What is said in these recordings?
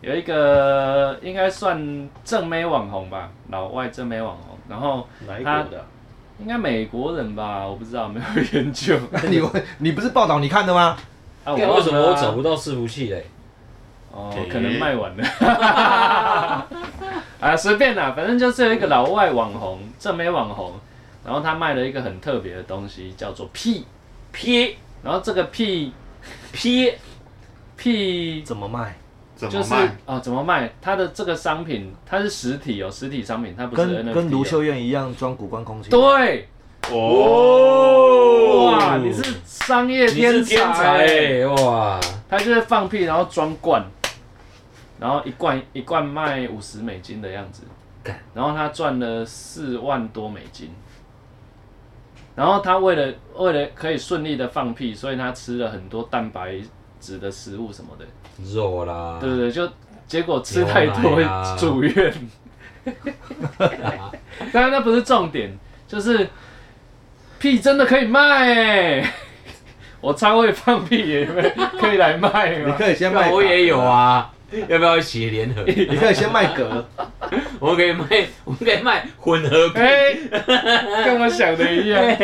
有一个应该算正妹网红吧，老外正妹网红，然后哪一国的？ 应该美国人吧，我不知道，没有研究。 你不是报道你看的吗？ 啊， 为什么我找不到伺服器嘞？ 哦，可能卖完了。啊，随便啦，反正就是有一个老外网红，正妹网红，然后他卖了一个很特别的东西，叫做屁，然后这个屁怎么卖？ 就是怎么卖？它的这个商品，它是实体哦，实体商品，它不是 NFT 跟卢秀燕一样装古关空气。 对。 哦， 哇，你是商业天才哇！ 他就是放屁，然后装罐，然后一罐卖$50的样子，然后他赚了4万多美金。然后他为了可以顺利的放屁，所以他吃了很多蛋白质的食物什么的， 肉啦， 对对对，就结果吃太多住院。当然那不是重点，就是屁真的可以卖哎！我超会放屁耶，可以来卖吗？ 你可以先卖， 我也有啊，要不要一起联合？ 你可以先卖嗝， 我们可以卖混合屁， 跟我想的一样。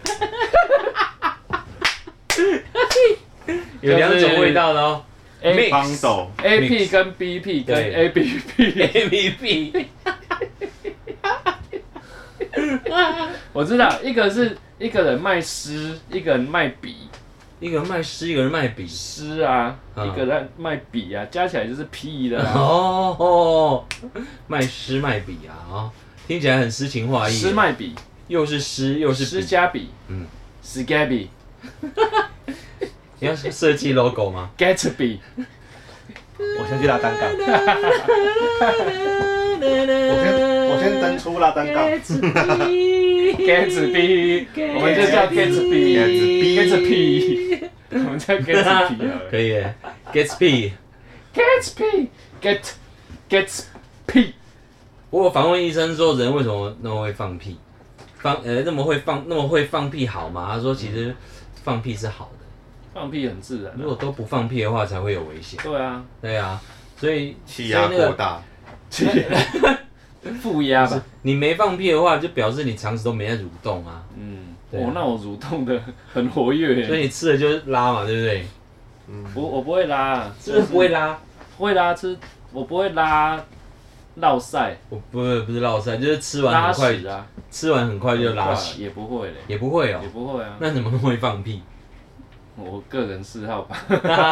有2种味道的哦。 帮手 A P 跟 B P 跟 A B P。我知道，一个是一个人卖诗，一个人卖笔。 一个人卖诗，一个人卖笔。 诗啊，一个人卖笔啊，加起来就是屁的啦。 哦，卖诗卖笔啊，听起来很诗情画意。 诗卖笔， 又是诗又是诗加笔，Scaby。 你要设计 logo 吗 ？Gatsby。 我先去拉单杠。我先登出拉单杠。 Gatsby， 我们就叫 Gatsby， 我们叫 Gatsby 可以耶 ，Gatsby。我有访问医生说，人为什么那么会放屁？那么会放屁好吗？他说其实放屁是好的。 放屁很自然， 如果都不放屁的话，才会有危险。 对啊， 对啊，所以气压过大， 负压吧。 你没放屁的话，就表示你肠子都没在蠕动啊。 那我蠕动的很活跃， 所以你吃了就是拉嘛，对不对？ 我不会拉， 是不是不会拉？ 会拉吃，我不会拉落塞。 我不是落塞，就是吃完很快啊， 吃完很快就拉屎。 也不会嘞， 也不会哦， 也不会啊。 那怎么那么会放屁？ 我个人嗜好吧。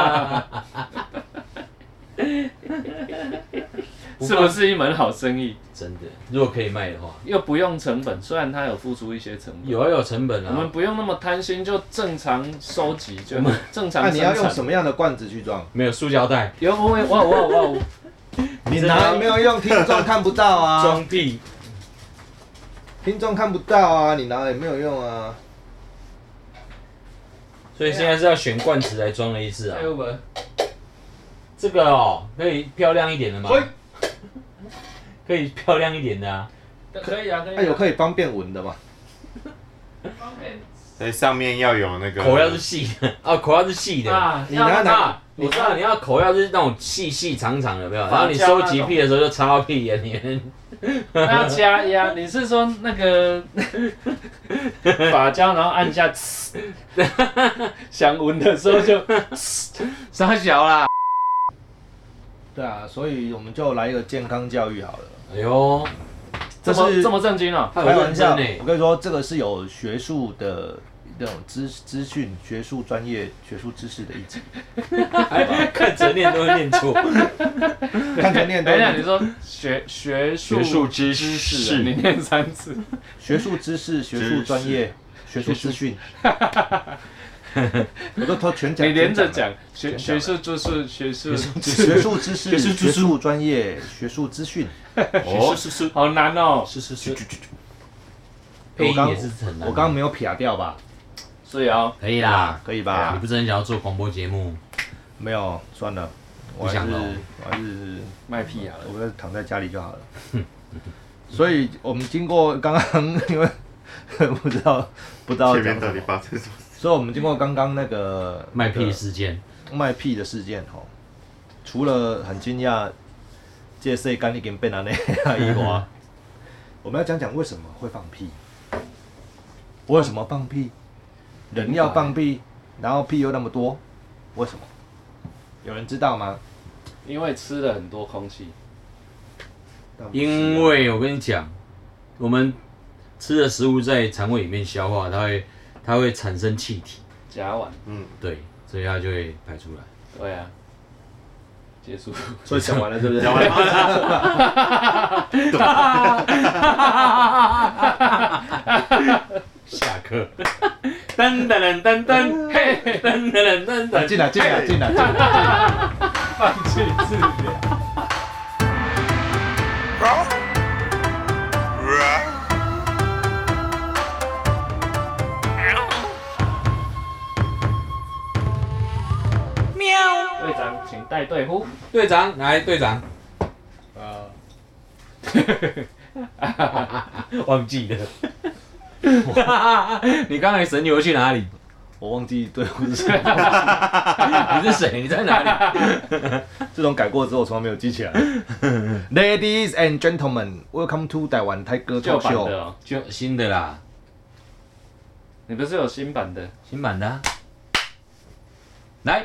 是不是一门好生意？ 真的，如果可以卖的话， 又不用成本，虽然它有付出一些成本。 有成本啊。 我们不用那么贪心，就正常收集，就正常。 那你要用什么样的罐子去装？ 没有塑胶袋。 有我。 你拿没有用，听众看不到啊。 装屁。 听众看不到啊，你拿也没有用啊。 所以现在是要选罐子来装的意思啊。这个哦，可以漂亮一点的吗？可以漂亮一点的啊。 可以啊， 有可以方便闻的吗？ 方便。 所以上面要有那个口要是细的哦，口要是细的啊。 你拿我知道你要口要是那种细长长的，有没有？然后你收集屁的时候就插到屁眼里面。 那要加压，你是说那个发胶，然后按下，想闻的时候就傻小啦。 对啊，所以我们就来一个健康教育好了。 哎呦， 这么正经哦！ 开玩笑，我跟你说，这个是有学术的那种资讯、学术专业、学术知识的一集。 看着念都会念错， 看着念都。 等一下，你说学术知识，你念3次。 学术知识、学术专业、学术资讯。我都全讲。 你连着讲，学术知识、学术知识、学术专业、学术资讯。 是，好难哦。 是。 配音也是很难。 我刚刚没有撇掉吧？ 是哦。 可以啦， 可以吧？ 你不是很想要做广播节目？ 没有，算了，我还是卖屁好了， 我躺在家里就好了。所以我们经过刚刚，因为不知道前面到底发生什么。 所以我们经过刚刚那个卖屁的事件， 卖屁的事件吼， 除了很惊讶，这世间已经变安尼以外，我们要讲讲为什么会放屁。为什么放屁？人要放屁，然后屁又那么多，为什么？有人知道吗？ 因为吃了很多空气。 因为我跟你讲，我们吃的食物在肠胃里面消化，它会产生气体， 甲烷。 对，所以它就会排出来。 对啊。结束。 所以讲完了，是不是？ 讲完了。 下课。噔噔噔噔，嘿，噔噔噔噔， 进来， 放弃治疗。队长，请带队呼。 队长，来，队长。忘记了。你刚才神游去哪里？ 我忘记队呼是谁。 你是谁？你在哪里？ 这种改过之后，从来没有记起来。Ladies and gentlemen, welcome to 台湾泰哥旧 talk 版 show。 的哦， 就新的啦， 你不是有新版的？ 新版的啊。来。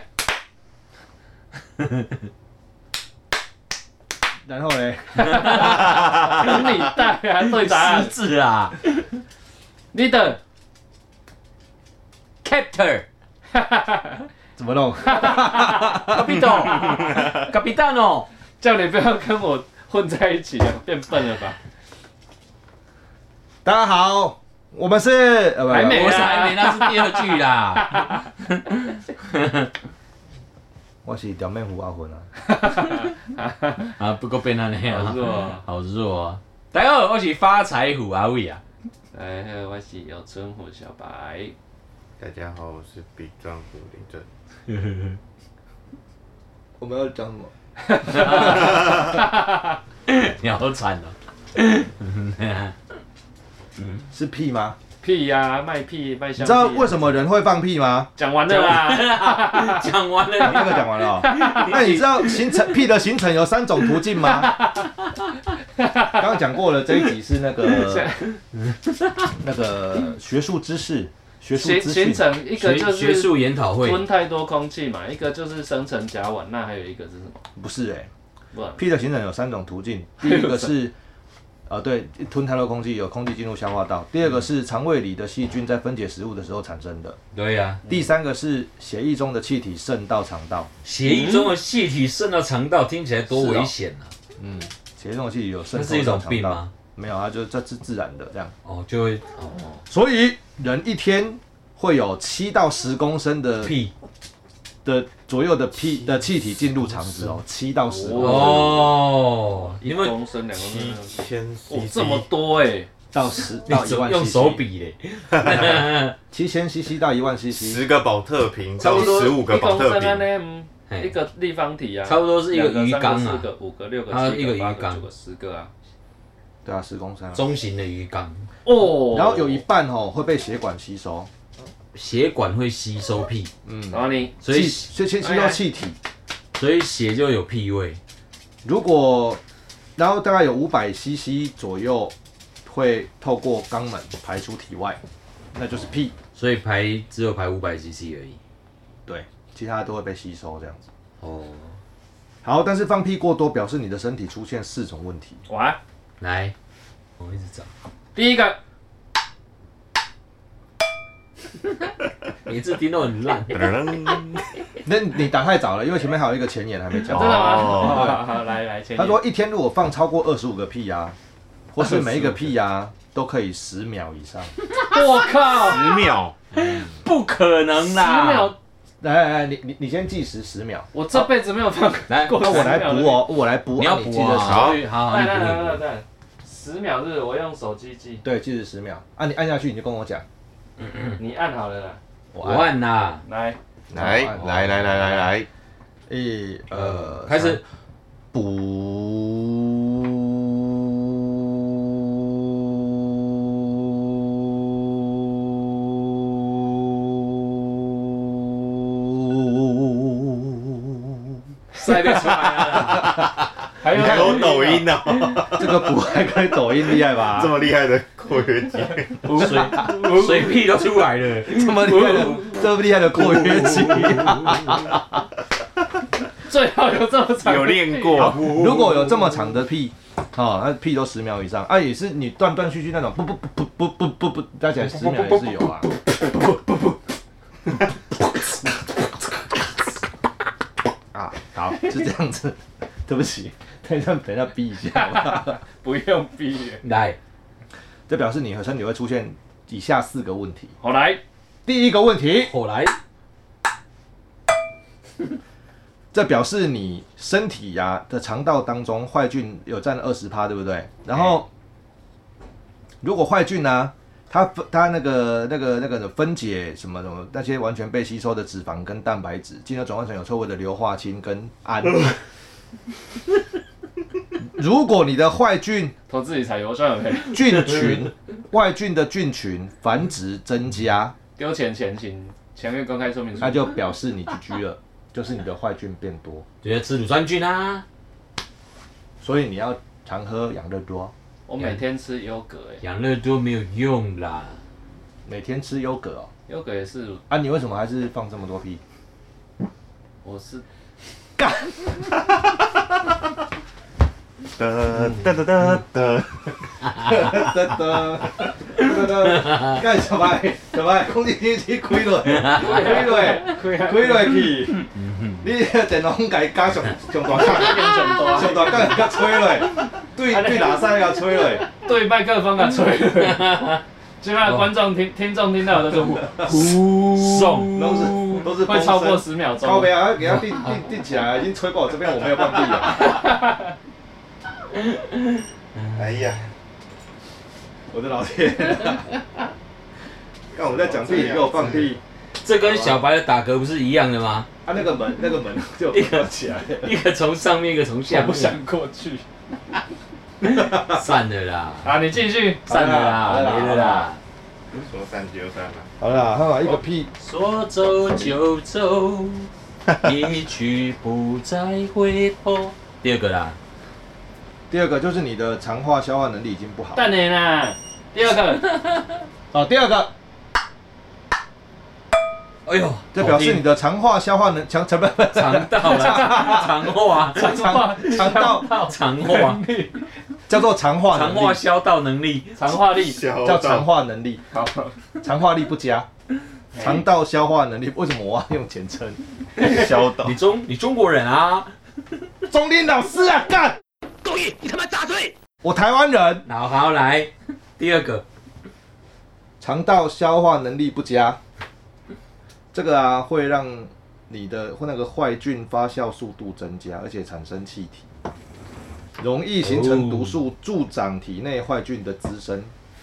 然后嘞， 等你带啊，队长。 失智啊 ，Leader。Captor。 怎么弄 ？Capitano， 叫你不要跟我混在一起，变笨了吧？ 大家好，我们是还没我是还没，那是第二句啦。 我是表面糊阿混啊。 啊，不过变那样好弱啊，好弱啊！大家好，我是发财虎阿伟啊。 哎，我是有春虎小白。 大家好，我是笔状虎林正。 我们要讲什么？ 你好惨哦。 是屁吗？ 屁呀，卖屁卖香屁。 你知道为什么人会放屁吗？ 讲完了啦， 讲完了， 那个讲完了哦。那你知道屁的形成有3种途径吗？刚刚讲过了，这一集是那个学术知识。 形成一个就是学术研讨会， 吞太多空气嘛，一个就是生成甲烷，那还有一个是什么？ 不是屁的形成有3种途径，第一个是对，吞太多空气，有空气进入消化道；第二个是肠胃里的细菌在分解食物的时候产生的； 对呀。 第3个是血液中的气体渗到肠道。 血液中的气体渗到肠道，听起来多危险啊！ 血液中的气体有渗透到肠道。 那是一种病吗？ 没有，它这是自然的这样。 就会所以人一天会有7到10公升的屁的左右的屁的气体进入肠子哦，7到10公升。 1公升、2公升 7000 这么多哎， 到10到1万 cc。 用手比嘞。 7000 cc 到1万 cc。 10个保特瓶到15个保特瓶。 一个立方体啊， 差不多是一个鱼缸啊 ，4个、5个、6个、 它 7个、8 一个鱼缸个、9个、10个啊。 对啊，10公升。 中型的鱼缸。 然后有一半会被血管吸收。 血管会吸收屁。 然后你所以吸收气体， 所以血就有屁味。 然后大概有500 cc 左右会透过肛门排出体外，那就是屁。 所以只有排500 cc 而已。 对，其他都会被吸收这样子。好，但是放屁过多表示你的身体出现4种问题。 来，我一直找。 第一个， 每次听都很烂。 那你打太早了，因为前面还有一个前言还没讲。 真的吗？好，来，前言。 他说一天如果放超过25个屁呀，或是每一个屁呀都可以10秒以上。 我靠 ，10秒， 不可能啦 ！10秒。 来，你先计时10秒。 我这辈子没有放过。 那我来补哦，我来补。 你要补啊！好， 来，10秒是我用手机记。 对，计时10秒。你按下去你就跟我讲。 你按好了啦。 我按啦。 来， 1、2、 开始。 补。 塞不出来了。 还有抖音啊， 这个补还可以抖音厉害吧？ 这么厉害的括约肌， 水屁都出来了， 这么厉害的括约肌。 最好有这么长， 有练过。 如果有这么长的屁，那屁都10秒以上，也是你断断续续那种，不，加起来10秒也是有啊。好，是这样子。对不起，等一下逼一下。 不用逼。 来， 这表示你身体会出现以下4个问题。 好来， 第一个问题， 后来， 这表示你身体的肠道当中坏菌有占20%，对不对？然后，如果坏菌呢，它那个分解什么那些完全被吸收的脂肪跟蛋白质，进而转换成有臭味的硫化氢跟氨。如果你的坏菌投资理财有赚有赔， 菌群外菌的菌群繁殖增加， 丢钱前行，前面公开说明书， 那就表示你 GG 了，就是你的坏菌变多。 就要吃乳酸菌啊， 所以你要常喝养乐多。 我每天吃优格养乐多没有用啦， 每天吃优格哦， 优格也是你为什么还是放这么多屁？ 我是干。 哒哒哒哒哒， 干小白，空气清新开落去，你电脑甲伊加上大杠，上大杠甲吹落，对垃圾甲吹落， 对麦克风甲吹落。现在观众听众听到的都呼送， 都是会超过10秒钟。 靠北啊，给它定起来，已经吹过我这边，我没有放屁了。 哎呀， 我的老天！看我在讲屁，你给我放屁。 这跟小白的打嗝不是一样的吗？ 那个门就合起来， 一个从上面，一个从下面。 我不想过去。 散了啦！ 你继续。 散了啦，没了啦。 说散就散了。 好啦，看嘛，一个屁。 说走就走，一去不再回头。第二个啦。 第二个就是你的肠化消化能力已经不好。 蛋你啦。第二个。 第二个。 哎呦， 这表示你的肠化消化肠道啦， 肠化， 叫做肠化能力， 肠化消道能力， 肠化力叫肠化能力，肠化力不佳，肠道消化能力，为什么我要用简称？ 消道， 你中国人啊， 钟林老师啊，干！ 故意，你他妈扎嘴！ 我台湾人。 好来，第二个， 肠道消化能力不佳。这个会让你的那个坏菌发酵速度增加，而且产生气体，容易形成毒素，助长体内坏菌的滋生。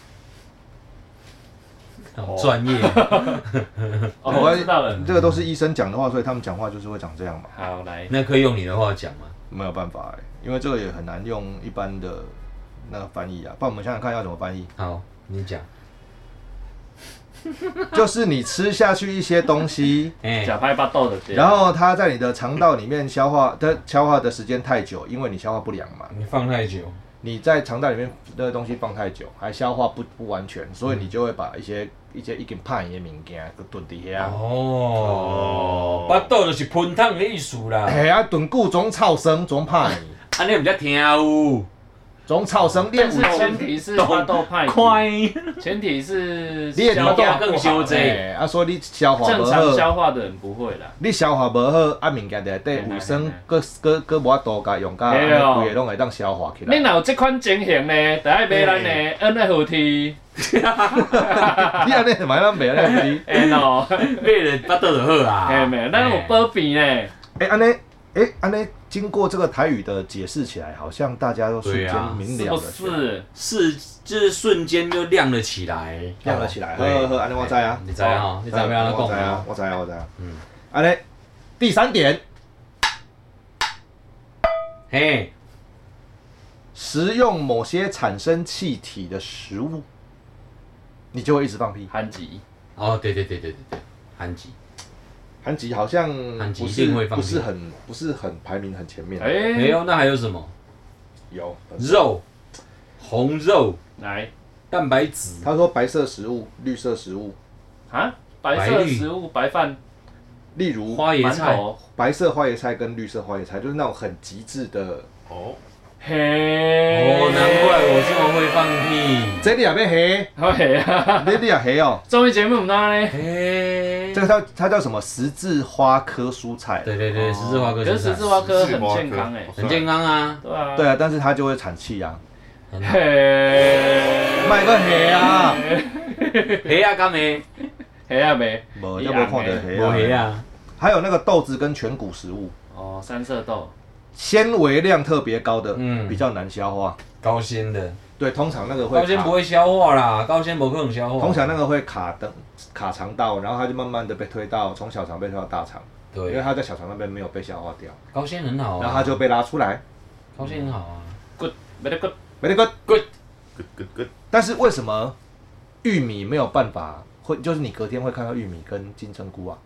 专业。 我知道了， 这个都是医生讲的话，所以他们讲话就是会长这样嘛。 好来， 那可以用你的话讲吗？ 没有办法因为这个也很难用一般的那个翻译啊。不然我们想想看要怎么翻译。 好，你讲。 就是你吃下去一些东西， 假拍巴豆的， 然后它在你的肠道里面消化的时间太久，因为你消化不良嘛， 你放太久， 你在肠道里面那个东西放太久，还消化不完全，所以你就会把一些已经怕的物件囤伫遐。 巴豆就是喷烫的意思啦。 囤久总臭酸，总怕你。 安尼唔才听有。 总臭酸， 但是前提是巴豆派，前提是你的消化更修正。 所以你消化正常消化的人不会啦。 你消化不好，物件内底有酸，佮无法度甲用甲，规个拢会当消化起来。 你若有这款情形呢，就爱买咱的 NFT。 你安尼买咱买 NFT？ 喏， 买了巴豆就好啊。 没有，咱有保庇呢。 安尼经过这个台语的解释起来，好像大家都瞬间明了了。 是，就是瞬间就亮了起来， 亮了起来。呵，安尼我知啊， 你知啊？你知要安怎讲啊？我知啊。安尼，第3点， 嘿， 食用某些产生气体的食物，你就会一直放屁。 寒极。 哦，对，寒极。 韩籍好像一定会放屁不是很排名很前面。 没有，那还有什么？ 有肉，红肉， 来， 蛋白质。 他说白色食物、绿色食物啊，白色食物白饭， 例如花椰菜， 白色花椰菜跟绿色花椰菜，就是那种很极致的。 嘿， 难怪我这么会放屁。 这里也被黑， 好黑啊！ 这里也黑哦。 综艺节目唔当呢？ 嘿， 这个它叫什么？十字花科蔬菜。 对，十字花科蔬菜。 可是十字花科很健康哎， 很健康啊。 对啊，但是它就会产气啊。 嘿， 卖个黑啊！ 黑啊，干咩？ 黑啊没？ 无，要不看到黑啊。 无黑啊。 还有那个豆子跟全谷食物。 哦，三色豆。 纤维量特别高的，比较难消化。 高纤的， 对，通常那个会高纤不会消化啦，高纤不可能消化。 通常那个会卡肠道，然后它就慢慢的被推到从小肠被推到大肠。对，因为它在小肠那边没有被消化掉。 高纤很好啊， 然后它就被拉出来。 高纤很好啊 ，good very good very good good good good good。 但是为什么玉米没有办法就是你隔天会看到玉米跟金针菇啊？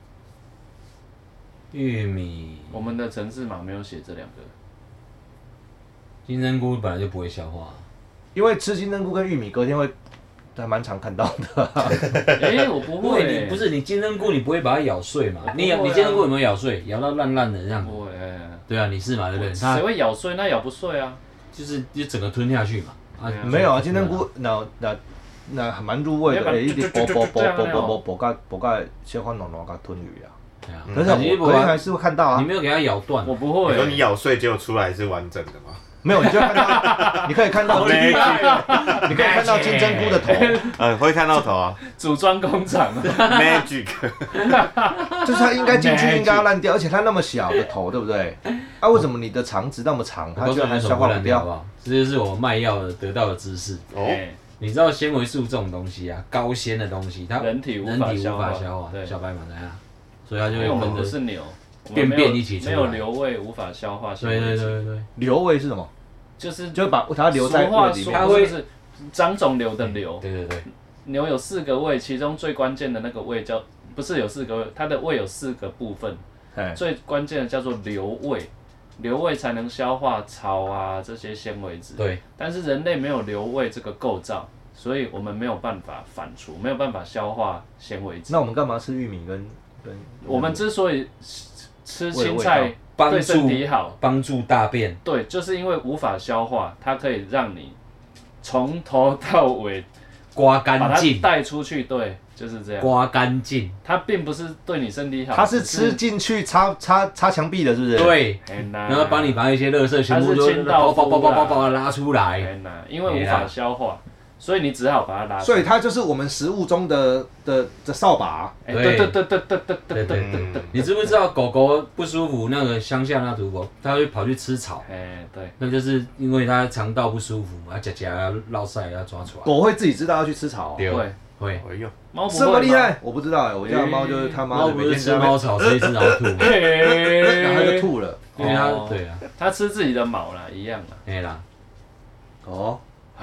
玉米， 我们的程式码没有写这两个。 金针菇本来就不会消化， 因为吃金针菇跟玉米隔天会还蛮常看到的。 我不会， 不是你金针菇你不会把它咬碎嘛？你金针菇有没有咬碎？咬到烂烂的这样？ 不会。 对啊，你是嘛？对不对？ 谁会咬碎？那咬不碎啊， 就整个吞下去嘛。 没有啊，金针菇那还蛮入味的，一直剥个小块软个吞鱼啊。可是我隔天还是会看到啊。 你没有给它咬断， 我不会。 你说你咬碎结果出来是完整的吗？ 没有，你就看到，你可以看到，你可以看到金针菇的头。 会看到头啊。 组装工厂。 Magic。 就是它应该进去应该要烂掉，而且它那么小的头，对不对？啊，为什么你的肠子那么长，它居然还消化不掉？ 这就是我卖药得到的知识。你知道纤维素这种东西啊，高纤的东西，它人体无法消化。 对，小白马来啊，所以它就会跟着不是牛， 便一起出来， 没有流味，无法消化纤维质。 对， 流味是什么？ 就把它留在胃里面。 它会是张肿瘤的瘤。 对。 牛有4个胃，其中最关键的那个胃不是有4个胃，它的胃有4个部分，最关键的叫做瘤胃。瘤胃才能消化草啊这些纤维质。 对。 但是人类没有瘤胃这个构造，所以我们没有办法反刍，没有办法消化纤维质。 那我们干嘛吃玉米跟？ 我们之所以吃青菜对身体好， 帮助大便。 对，就是因为无法消化，它可以让你从头到尾刮干净， 把它带出去。对。就是这样， 刮干净。 它并不是对你身体好， 它是吃进去擦墙壁的，是不是？ 对，然后帮你把一些垃圾全部都包拉出来。 因为无法消化，所以你只好把它拉出来。 所以它就是我们食物中的扫把。 对。 你知不知道狗狗不舒服，那个乡下那土狗，它会跑去吃草。 对。 那就是因为它肠道不舒服，它夹要落塞要抓出来。 狗会自己知道要去吃草。 对。 会， 猫不会这么厉害，我不知道我家的猫就是他妈的每天吃猫草，吃一吃然后吐， 然后就吐了。 因为它对啊， 它吃自己的毛啦，一样啦。 对啦。 哦。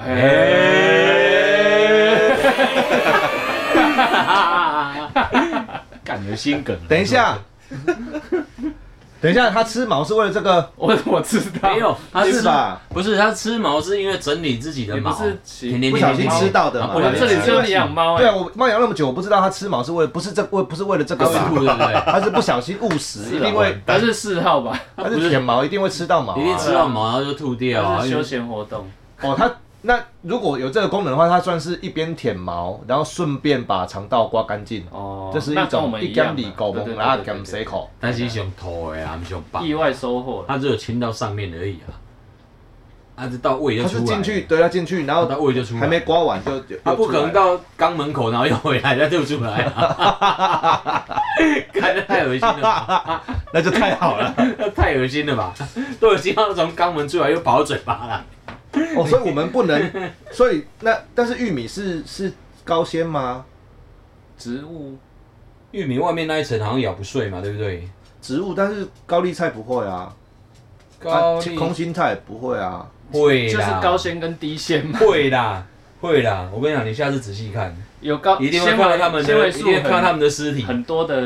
感觉心梗。 等一下。等一下，它吃毛是为了这个？ 我知道， 没有，它是吧？ 不是，它吃毛是因为整理自己的毛， 不小心吃到的嘛。 我们这里只有你养猫， 对啊，我猫养那么久，我不知道它吃毛是为了不是为了这个吧？ 对不对？ 它是不小心误食，一定会， 它是嗜好吧？ 它是舔毛，一定会吃到毛， 一定吃到毛，然后就吐掉。 它是休闲活动。 它那如果有这个功能的话，它算是一边舔毛，然后顺便把肠道刮干净。这是一种一兼理狗毛，然后兼洗口。 但是想吐的啊，不想拔。 意外收获， 它只有亲到上面而已啊。就到胃就出来。 它是进去，对，它进去，然后到胃就出来， 还没刮完就。 它不可能到肛门口，然后又回来再吐出来啊！看得太恶心了， 那就太好了， 太恶心了吧？都已经要从肛门出来，又跑到嘴巴了。 所以我们不能，所以但是玉米是高纤吗？ 植物， 玉米外面那一层好像咬不碎嘛，对不对？ 植物，但是高丽菜不会啊，空心菜不会啊， 会啦， 就是高纤跟低纤嘛， 会啦。我跟你讲，你下次仔细看， 有高一定会看到他们的，一定会看到他们的尸体， 很多的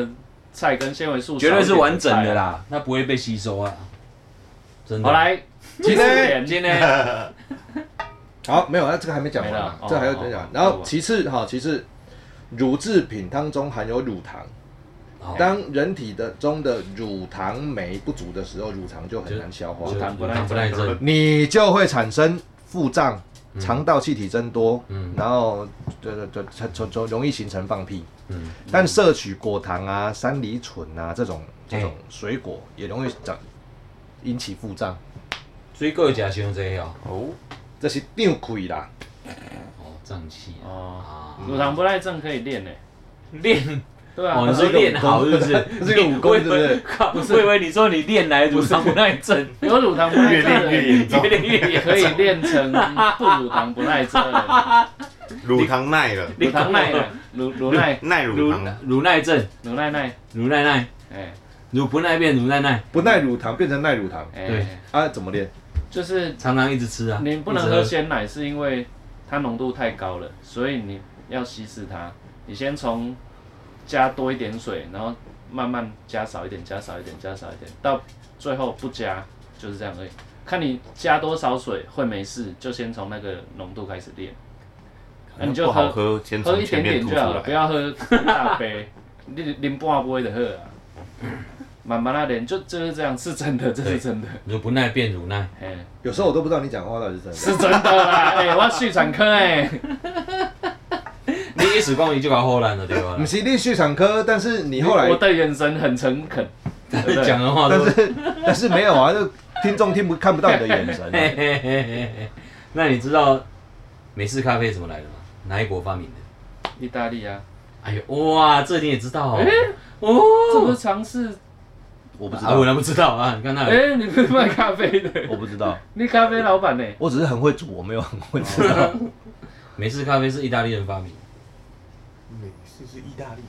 菜跟纤维素绝对是完整的啦，它不会被吸收啊。真的。 好来， 今天好，没有，那这个还没讲完嘛，这还要再讲。然后其次，乳制品当中含有乳糖。当人体中的乳糖酶不足的时候，乳糖就很难消化， 乳糖不耐症， 你就会产生腹胀、肠道气体增多，然后就容易形成放屁。但摄取果糖啊、山梨醇啊这种水果也容易引起腹胀。 水果食伤济哦， 这是胀气啦。 胀气啊！ 乳糖不耐症可以练诶， 练。 对啊， 你说练好是不是？ 这个武功是不是？ 不是，我以为你说你练来乳糖不耐症， 有乳糖不耐症， 越练越严重， 可以练成不乳糖不耐症。 乳糖耐了， 乳糖耐了，乳耐乳糖， 乳耐症， 乳耐， 哎，乳不耐变乳耐， 不耐乳糖变成耐乳糖。 对啊，怎么练？ 就是常常一直吃啊。 你不能喝鲜奶，是因为它浓度太高了，所以你要稀释它。你先从加多一点水，然后慢慢加少一点，加少一点，加少一点，到最后不加，就是这样而已。看你加多少水会没事，就先从那个浓度开始练。那你就喝一点点就好了，不要喝一大杯，你啉半杯就好了。慢慢练，就是这样，是真的，这是真的。 乳不耐变乳耐， 有时候我都不知道你讲话到底是真的。 是真的啦，我畜产科你一时光你就搞后烂了，对吧？ 不是你畜产科，但是你后来我的眼神很诚恳， 讲的话但是没有啊，就听众看不到你的眼神。 那你知道美式咖啡怎么来的吗？哪一国发明的？ 意大利啊。 哎呦，哇，这你也知道哦？ 这不是常识？ 我不知道， 我哪不知道啊？你看那， 你不是卖咖啡的？ 我不知道， 你咖啡老板呢？ 我只是很会煮，我没有很会知道。 美式咖啡是意大利人发明。 美式是意大利。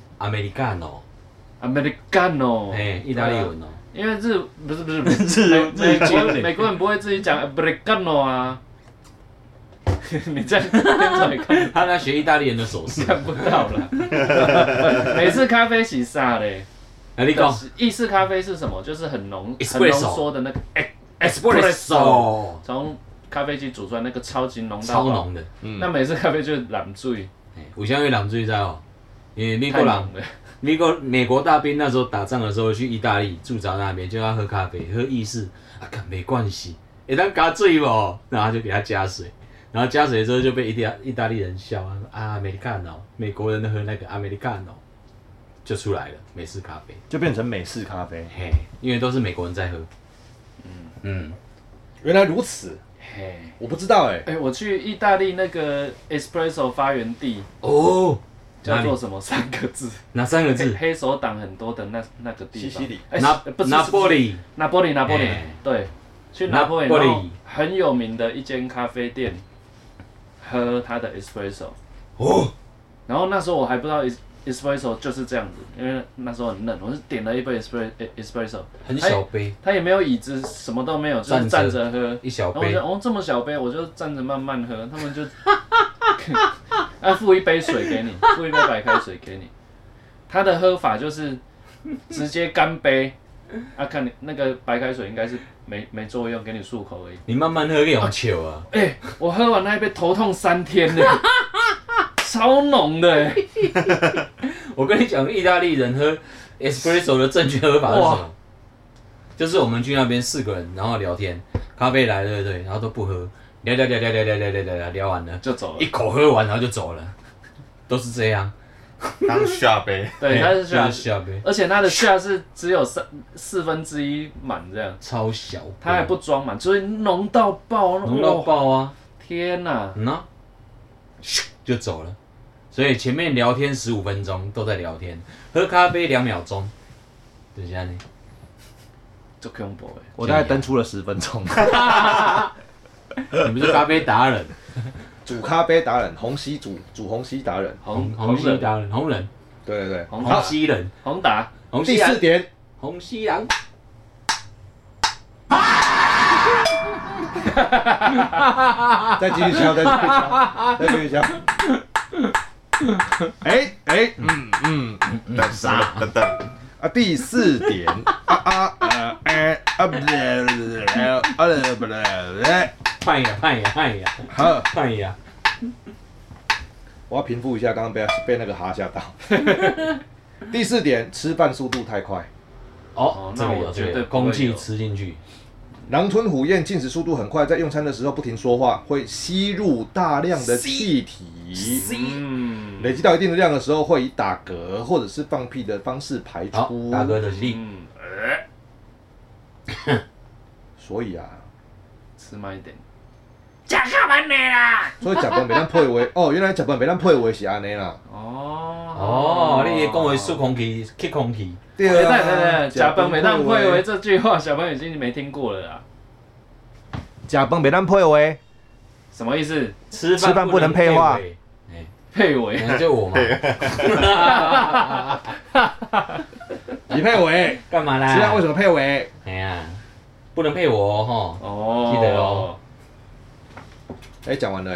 Americano。哎，意大利文哦。 因为不是美国人不会自己讲 Americano 啊。你这样听出来看？ 他在学意大利人的手势。 看不到了。美式咖啡是啥嘞？ 你讲。 意式咖啡是什么？就是很浓缩的那个 espresso， 从咖啡机煮出来那个超级浓到超浓的。 那美式咖啡就是染水。 为什么会染水知道？因为美国大兵那时候打仗的时候去意大利驻扎那边，就要喝咖啡，喝意式啊，没关系，当加水不？然后就给他加水。然后加水之后就被意大利人笑啊，Americano， 美国人喝那个 Americano， 就出来了美式咖啡， 就变成美式咖啡。 嘿，因为都是美国人在喝。 原来如此。嘿，我不知道我去意大利那个 espresso 发源地哦， 叫做什么3个字？ 哪3个字？ 黑手党很多的那个地方。西西里。 拿波里。 对，去拿波里很有名的一间咖啡店。喝它的 espresso， 然后那时候我还不知道 espresso 就是这样子，因为那时候很嫩，我是点了一杯 espresso， 很小杯， 它也没有椅子，什么都没有，就是站着喝， 一小杯， 然后我就这么小杯，我就站着慢慢喝，他们就付一杯水给你，付一杯白开水给你，他的喝法就是直接干杯。看你那个白开水应该是没作用，给你漱口而已。 你慢慢喝，用酒啊！ 我喝完那一杯头痛3天呢，超浓的。 我跟你讲，意大利人喝 espresso 的正确喝法是什么？就是我们去那边4个人，然后聊天，咖啡来了，对，然后都不喝，聊完了就走了， 一口喝完然后就走了，都是这样。 当下杯， 对，它是下杯， 而且它的下是只有1/4满这样， 超小， 它还不装满，所以浓到爆， 浓到爆啊！ 天哪， 就走了。所以前面聊天15分钟都在聊天，喝咖啡2秒钟，就这样呢， 就恐怖的。 我大概登出了10分钟。 你不是咖啡达人？ 煮咖啡达人，煮虹吸达人， 虹吸达人，红人， 对， 虹吸人， 红达， 第4点， 虹吸人， 再继续敲， 等啥？等等， 啊，第4点判呀， 我要平复一下，刚刚被那个哈吓到。第4点，吃饭速度太快。 这个有这个空气吃进去。 狼吞虎咽，进食速度很快，在用餐的时候不停说话，会吸入大量的气体。累积到一定的量的时候，会以打嗝或者是放屁的方式排出。 打嗝就是你。 所以啊， 吃慢一点。 所以食饭袂当配话哦，原来食饭袂当配话是安尼啦。 你讲话吸空气，吸空气。 对对，食饭袂当配话这句话，小朋友已经没听过了啦。 食饭袂当配话， 什么意思？ 吃饭不能配话。 配话， 就我嘛。 你配话干嘛啦？ 吃饭为什么配话？ 哎呀，不能配我哦， 哦， 记得哦。 讲完了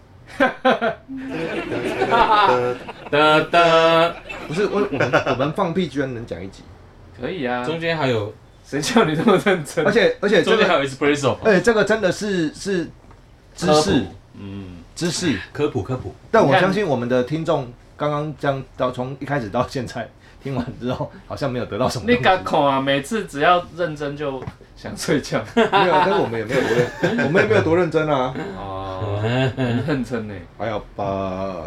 不是我们放屁居然能讲一集， 可以啊。 中间还有， 谁叫你这么认真？ 而且中间还有 espresso， 而且这个真的是知识，知识科普。 但我相信我们的听众刚刚这样从一开始到现在听完之后，好像没有得到什么东西。 你敢看啊？每次只要认真就想睡觉。 没有，但是我们也没有多认，我们也没有多认真啊。 很认真呢。 还有吧。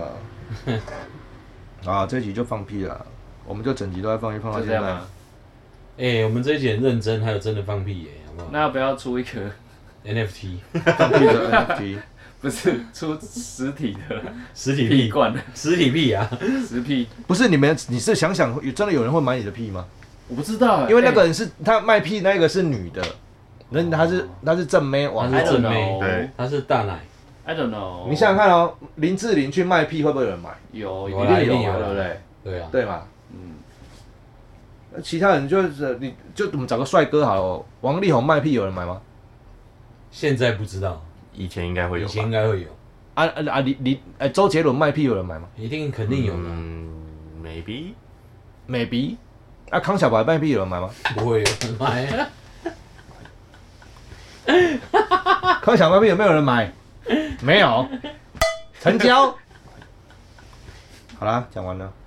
这一集就放屁了，我们就整集都在放屁，放到现在。 我们这一集很认真，还有真的放屁耶，好不好？ 那要不要出一个 NFT？ 放屁的 NFT。 不是出实体的实体屁罐， 实体屁啊， 实屁。 不是你是想想，真的有人会买你的屁吗？ 我不知道， 因为那个人是他卖屁，那个是女的，那他是正妹， 她是正妹，对，她是大奶。 I don't know。 你想想看哦，林志玲去卖屁会不会有人买？ 有， 一定有， 对不对？ 对啊， 对嘛，其他人就是我们找个帅哥好了，王力宏卖屁有人买吗？ 现在不知道。 以前应该会有， 以前应该会有。 周杰伦卖屁有人买吗？ 一定肯定有的。 maybe。康小白卖屁有人买吗？ 不会有人买。 康小白屁有没有人买？没有。成交。好啦，讲完了。